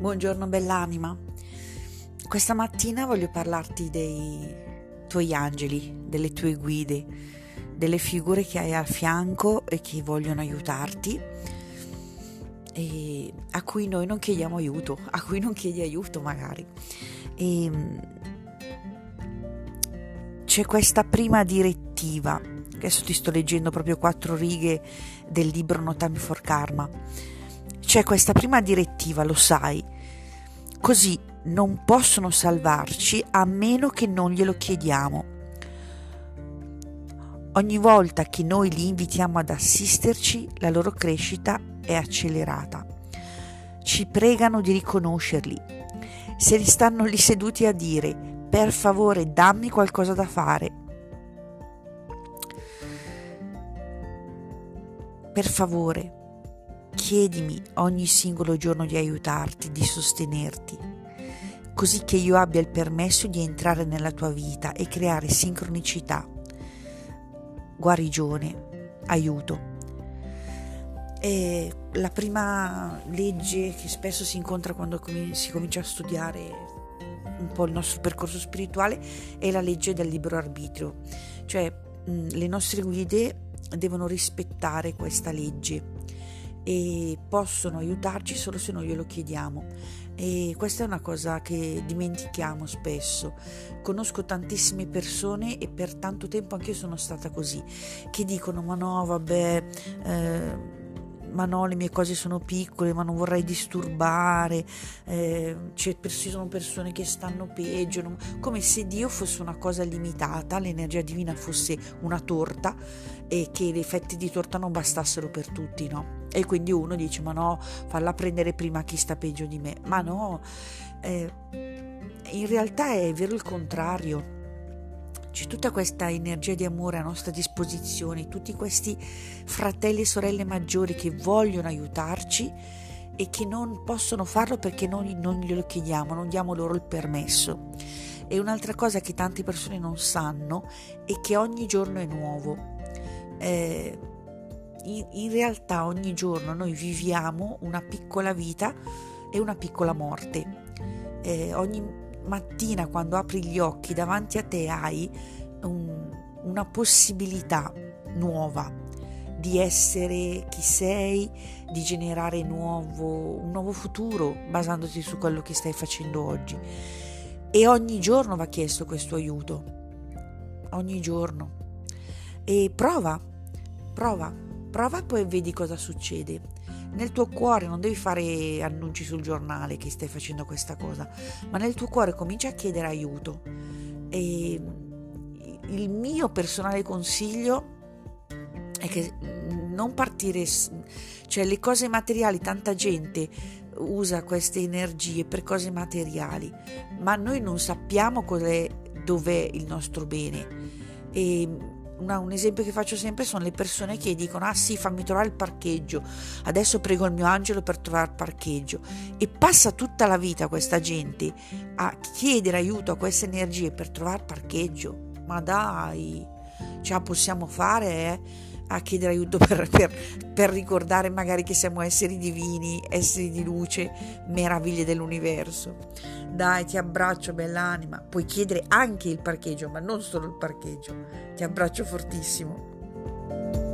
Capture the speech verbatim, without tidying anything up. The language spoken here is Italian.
Buongiorno bell'anima, questa mattina voglio parlarti dei tuoi angeli, delle tue guide, delle figure che hai a fianco e che vogliono aiutarti e a cui noi non chiediamo aiuto, a cui non chiedi aiuto magari. E c'è questa prima direttiva, adesso ti sto leggendo proprio quattro righe del libro No Time for Karma. C'è questa prima direttiva, lo sai, così non possono salvarci a meno che non glielo chiediamo. Ogni volta che noi li invitiamo ad assisterci, la loro crescita è accelerata. Ci pregano di riconoscerli. Se li stanno lì seduti a dire: per favore, dammi qualcosa da fare. Per favore, chiedimi ogni singolo giorno di aiutarti, di sostenerti, così che io abbia il permesso di entrare nella tua vita e creare sincronicità, guarigione, aiuto. E la prima legge che spesso si incontra quando si comincia a studiare un po' il nostro percorso spirituale è la legge del libero arbitrio, cioè mh, le nostre guide devono rispettare questa legge e possono aiutarci solo se noi glielo chiediamo, e questa è una cosa che dimentichiamo spesso. Conosco tantissime persone, e per tanto tempo anche io sono stata così, che dicono: ma no, vabbè, eh, ma no, le mie cose sono piccole, ma non vorrei disturbare, eh, ci sono persone che stanno peggio, non... come se Dio fosse una cosa limitata, l'energia divina fosse una torta e che i fetti di torta non bastassero per tutti, no? E quindi uno dice: ma no, falla prendere prima chi sta peggio di me. Ma no, eh, in realtà è vero il contrario. C'è tutta questa energia di amore a nostra disposizione, tutti questi fratelli e sorelle maggiori che vogliono aiutarci e che non possono farlo perché noi non glielo chiediamo, non diamo loro il permesso. E un'altra cosa che tante persone non sanno è che ogni giorno è nuovo. Eh, in, in realtà ogni giorno noi viviamo una piccola vita e una piccola morte. Eh, ogni mattina quando apri gli occhi davanti a te hai un, una possibilità nuova di essere chi sei, di generare nuovo, un nuovo futuro basandoti su quello che stai facendo oggi, e ogni giorno va chiesto questo aiuto, ogni giorno. E prova, prova, prova e poi vedi cosa succede. Nel tuo cuore non devi fare annunci sul giornale che stai facendo questa cosa, ma nel tuo cuore comincia a chiedere aiuto. E il mio personale consiglio è che non partire, cioè le cose materiali, tanta gente usa queste energie per cose materiali, ma noi non sappiamo cos'è, dov'è il nostro bene. E Una, un esempio che faccio sempre sono le persone che dicono: ah sì, fammi trovare il parcheggio, adesso prego il mio angelo per trovare il parcheggio, e passa tutta la vita questa gente a chiedere aiuto a queste energie per trovare il parcheggio. Ma dai, ce la possiamo fare eh? a chiedere aiuto per, per, per ricordare magari che siamo esseri divini, esseri di luce, meraviglie dell'universo. Dai, ti abbraccio bell'anima, puoi chiedere anche il parcheggio, ma non solo il parcheggio. Ti abbraccio fortissimo.